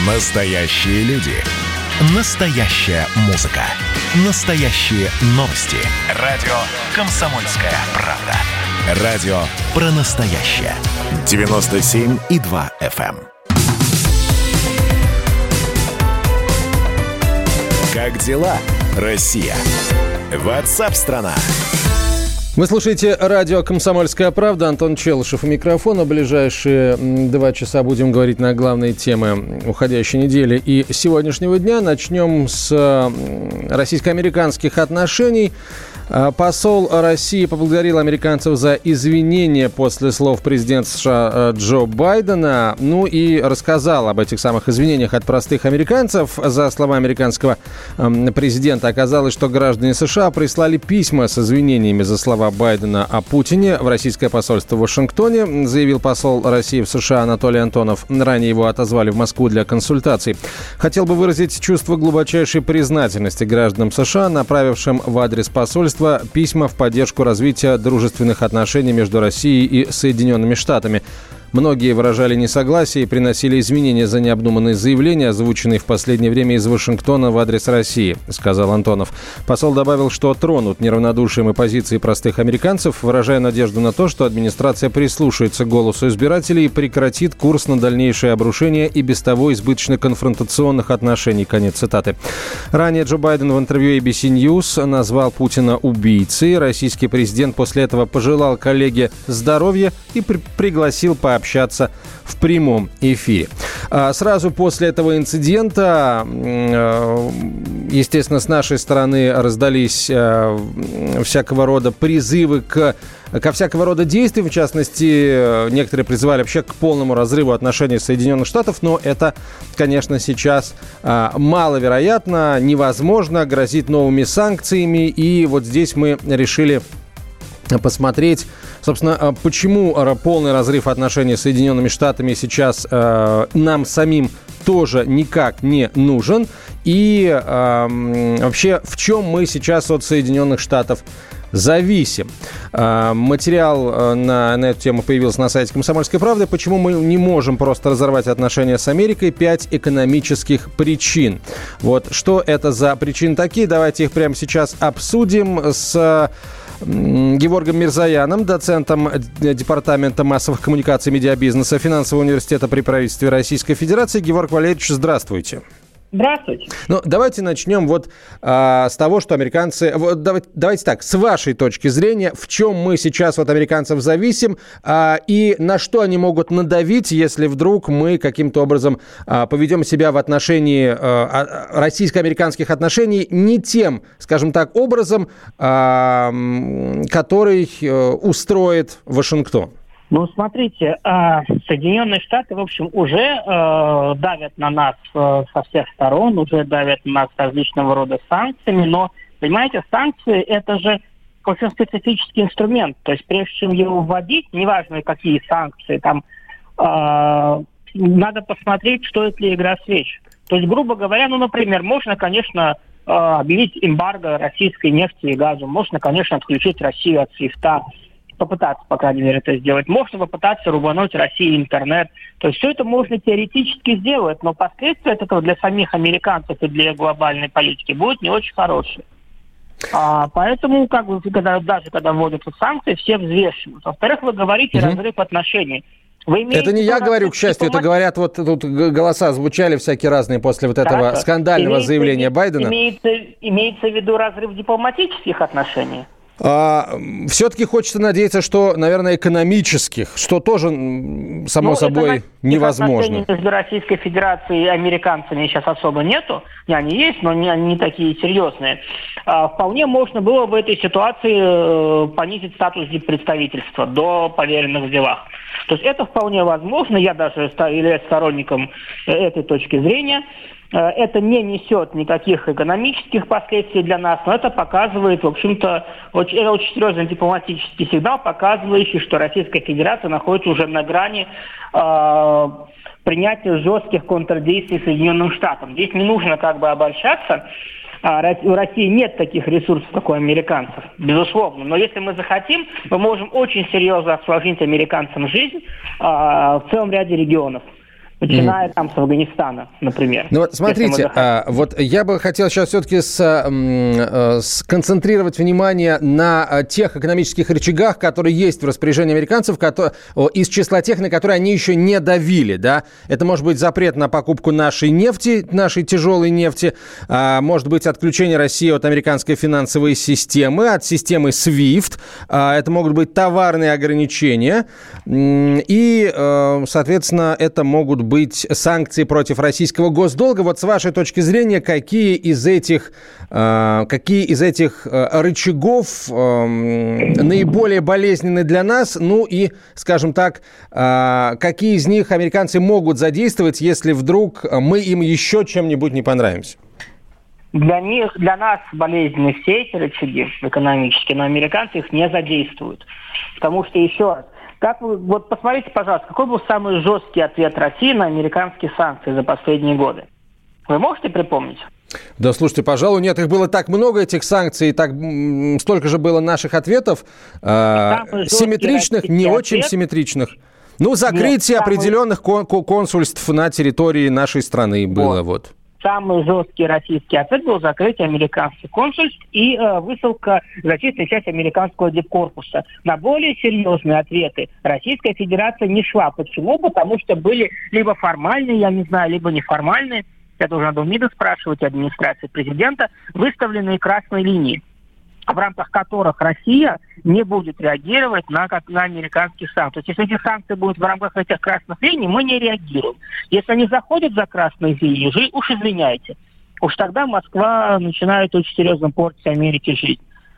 Настоящие люди. Настоящая музыка. Настоящие новости. Радио «Комсомольская правда». Радио про настоящее. 97,2 FM. Как дела, Россия? Ватсап-страна! Вы слушаете радио «Комсомольская правда». Антон Челышев у микрофона. Ближайшие 2 часа будем говорить на главные темы уходящей недели и сегодняшнего дня. Начнем с российско-американских отношений. Посол России поблагодарил американцев за извинения после слов президента США Джо Байдена. Ну и рассказал об этих самых извинениях от простых американцев. За слова американского президента оказалось, что граждане США прислали письма с извинениями за слова Байдена о Путине в российское посольство в Вашингтоне, заявил посол России в США Анатолий Антонов. Ранее его отозвали в Москву для консультаций. Хотел бы выразить чувство глубочайшей признательности гражданам США, направившим в адрес посольства письма в поддержку развития дружественных отношений между Россией и Соединенными Штатами. Многие выражали несогласие и приносили извинения за необдуманные заявления, озвученные в последнее время из Вашингтона в адрес России, сказал Антонов. Посол добавил, что тронут неравнодушием и позицией простых американцев, выражая надежду на то, что администрация прислушается к голосу избирателей и прекратит курс на дальнейшее обрушение и без того избыточно конфронтационных отношений. Конец цитаты. Ранее Джо Байден в интервью ABC News назвал Путина убийцей. Российский президент после этого пожелал коллеге здоровья и пригласил пообщаться в прямом эфире. Сразу после этого инцидента, естественно, с нашей стороны раздались всякого рода призывы ко всякого рода действиям. В частности, некоторые призывали вообще к полному разрыву отношений Соединенных Штатов, но это, конечно, сейчас маловероятно, невозможно, грозит новыми санкциями. И вот здесь мы решили посмотреть, собственно, почему полный разрыв отношений с Соединенными Штатами сейчас нам самим тоже никак не нужен. И вообще, в чем мы сейчас от Соединенных Штатов зависим. Материал на эту тему появился на сайте «Комсомольской правды». Почему мы не можем просто разорвать отношения с Америкой? 5 экономических причин. Вот что это за причины такие? Давайте их прямо сейчас обсудим с Геворгом Мирзаяном, доцентом Департамента массовых коммуникаций и медиабизнеса Финансового университета при правительстве Российской Федерации. Геворг Валерьевич, здравствуйте. Здравствуйте. Ну, давайте начнем с того, что американцы... давайте так, с вашей точки зрения, в чем мы сейчас от американцев зависим и на что они могут надавить, если вдруг мы каким-то образом поведем себя в отношении российско-американских отношений не тем, скажем так, образом, который устроит Вашингтон. Ну, смотрите, Соединенные Штаты, в общем, уже давят на нас со всех сторон, уже давят на нас различного рода санкциями, но, понимаете, санкции – это же очень специфический инструмент. То есть прежде чем его вводить, неважно, какие санкции, там надо посмотреть, стоит ли игра свеч. То есть, грубо говоря, например, можно, конечно, объявить эмбарго российской нефти и газу, можно, конечно, отключить Россию от SWIFT, попытаться, по крайней мере, это сделать. Можно попытаться рубануть России интернет. То есть все это можно теоретически сделать, но последствия от этого для самих американцев и для глобальной политики будут не очень хорошие. Поэтому, когда вводят санкции, все взвешивают. Во-вторых, вы говорите разрыв отношений. Это не я говорю, к счастью, это говорят, вот тут голоса звучали всякие разные после вот этого скандального заявления Байдена. Имеется в виду разрыв дипломатических отношений? Все-таки хочется надеяться, что, наверное, экономических, что тоже, само собой, невозможно. Отношений между Российской Федерацией и американцами сейчас особо нету. Они есть, но они не такие серьезные. Вполне можно было в этой ситуации понизить статус диппредставительства до поверенных в делах. То есть это вполне возможно. Я даже являюсь сторонником этой точки зрения. Это не несет никаких экономических последствий для нас, но это показывает, в общем-то, очень серьезный дипломатический сигнал, показывающий, что Российская Федерация находится уже на грани принятия жестких контрдействий Соединенным Штатам. Здесь не нужно обольщаться. У России нет таких ресурсов, как у американцев, безусловно. Но если мы захотим, мы можем очень серьезно осложнить американцам жизнь в целом ряде регионов. начиная там с Афганистана, например. Ну вот смотрите, вот я бы хотел сейчас все-таки сконцентрировать внимание на тех экономических рычагах, которые есть в распоряжении американцев, из числа тех, на которые они еще не давили, да. Это может быть запрет на покупку нашей нефти, нашей тяжелой нефти, может быть отключение России от американской финансовой системы, от системы SWIFT, это могут быть товарные ограничения, и, соответственно, это могут быть санкции против российского госдолга. Вот с вашей точки зрения, какие из этих рычагов наиболее болезненны для нас? Ну и, скажем так, какие из них американцы могут задействовать, если вдруг мы им еще чем-нибудь не понравимся? Для нас болезненны все эти рычаги экономические, но американцы их не задействуют. Потому что, еще раз, вот посмотрите, пожалуйста, какой был самый жесткий ответ России на американские санкции за последние годы? Вы можете припомнить? Да, слушайте, пожалуй, нет, их было так много, этих санкций, и столько же было наших ответов, симметричных, не очень симметричных. Ну, закрытие определенных консульств на территории нашей страны было, вот. Самый жесткий российский ответ был закрытие американских консульств и высылка значительной части американского дипкорпуса. На более серьезные ответы Российская Федерация не шла. Почему? Потому что были либо формальные, я не знаю, либо неформальные, это уже надо у МИДа спрашивать, администрации президента, выставленные красные линии, в рамках которых Россия не будет реагировать на американские санкции. То есть, если эти санкции будут в рамках этих красных линий, мы не реагируем. Если они заходят за красные линии, уж извиняйте. Уж тогда Москва начинает очень серьезно портить Америке жизнь.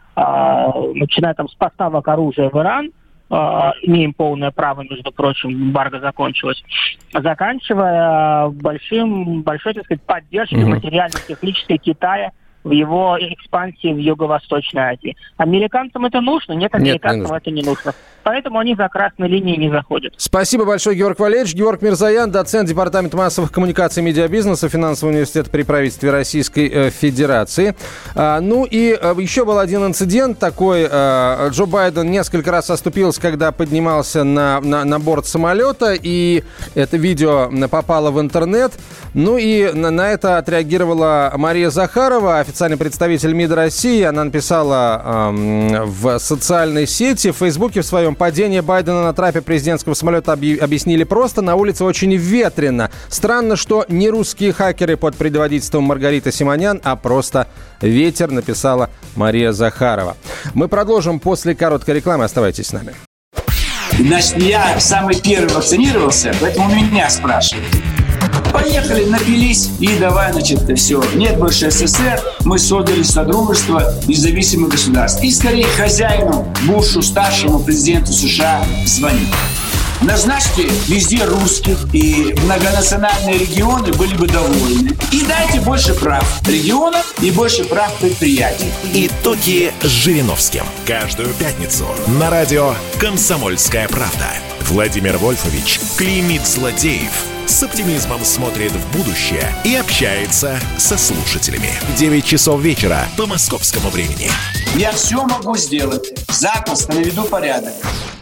Начиная там с поставок оружия в Иран, имеем полное право, между прочим, эмбарго закончилось, заканчивая большой, так сказать, поддержкой материально-технической Китая в его экспансии в Юго-Восточной Азии. Американцам это нужно? Нет, американцам это не нужно. Поэтому они за красной линией не заходят. Спасибо большое, Георг Валерьевич. Георг Мирзоян, доцент Департамента массовых коммуникаций и медиабизнеса Финансового университета при правительстве Российской Федерации. Ну и еще был один инцидент такой. Джо Байден несколько раз оступился, когда поднимался на борт самолета, и это видео попало в интернет. Ну и на это отреагировала Мария Захарова, официальный представитель МИДа России. Она написала в социальной сети, в Фейсбуке в своем: падение Байдена на трапе президентского самолета объяснили просто. На улице очень ветрено. Странно, что не русские хакеры под предводительством Маргариты Симонян, а просто ветер, написала Мария Захарова. Мы продолжим после короткой рекламы. Оставайтесь с нами. Значит, я самый первый вакцинировался, поэтому меня спрашивают. Поехали, напились и давай, значит, все. Нет больше СССР, мы создали Содружество независимых государств. И скорее хозяину Бушу, старшему президенту США, звонить. Назначьте везде русских, и многонациональные регионы были бы довольны. И дайте больше прав регионам и больше прав предприятий. Итоги с Жириновским. Каждую пятницу на радио «Комсомольская правда». Владимир Вольфович клеймит злодеев, с оптимизмом смотрит в будущее и общается со слушателями. 9 часов вечера по московскому времени. Я все могу сделать. Запросто наведу порядок.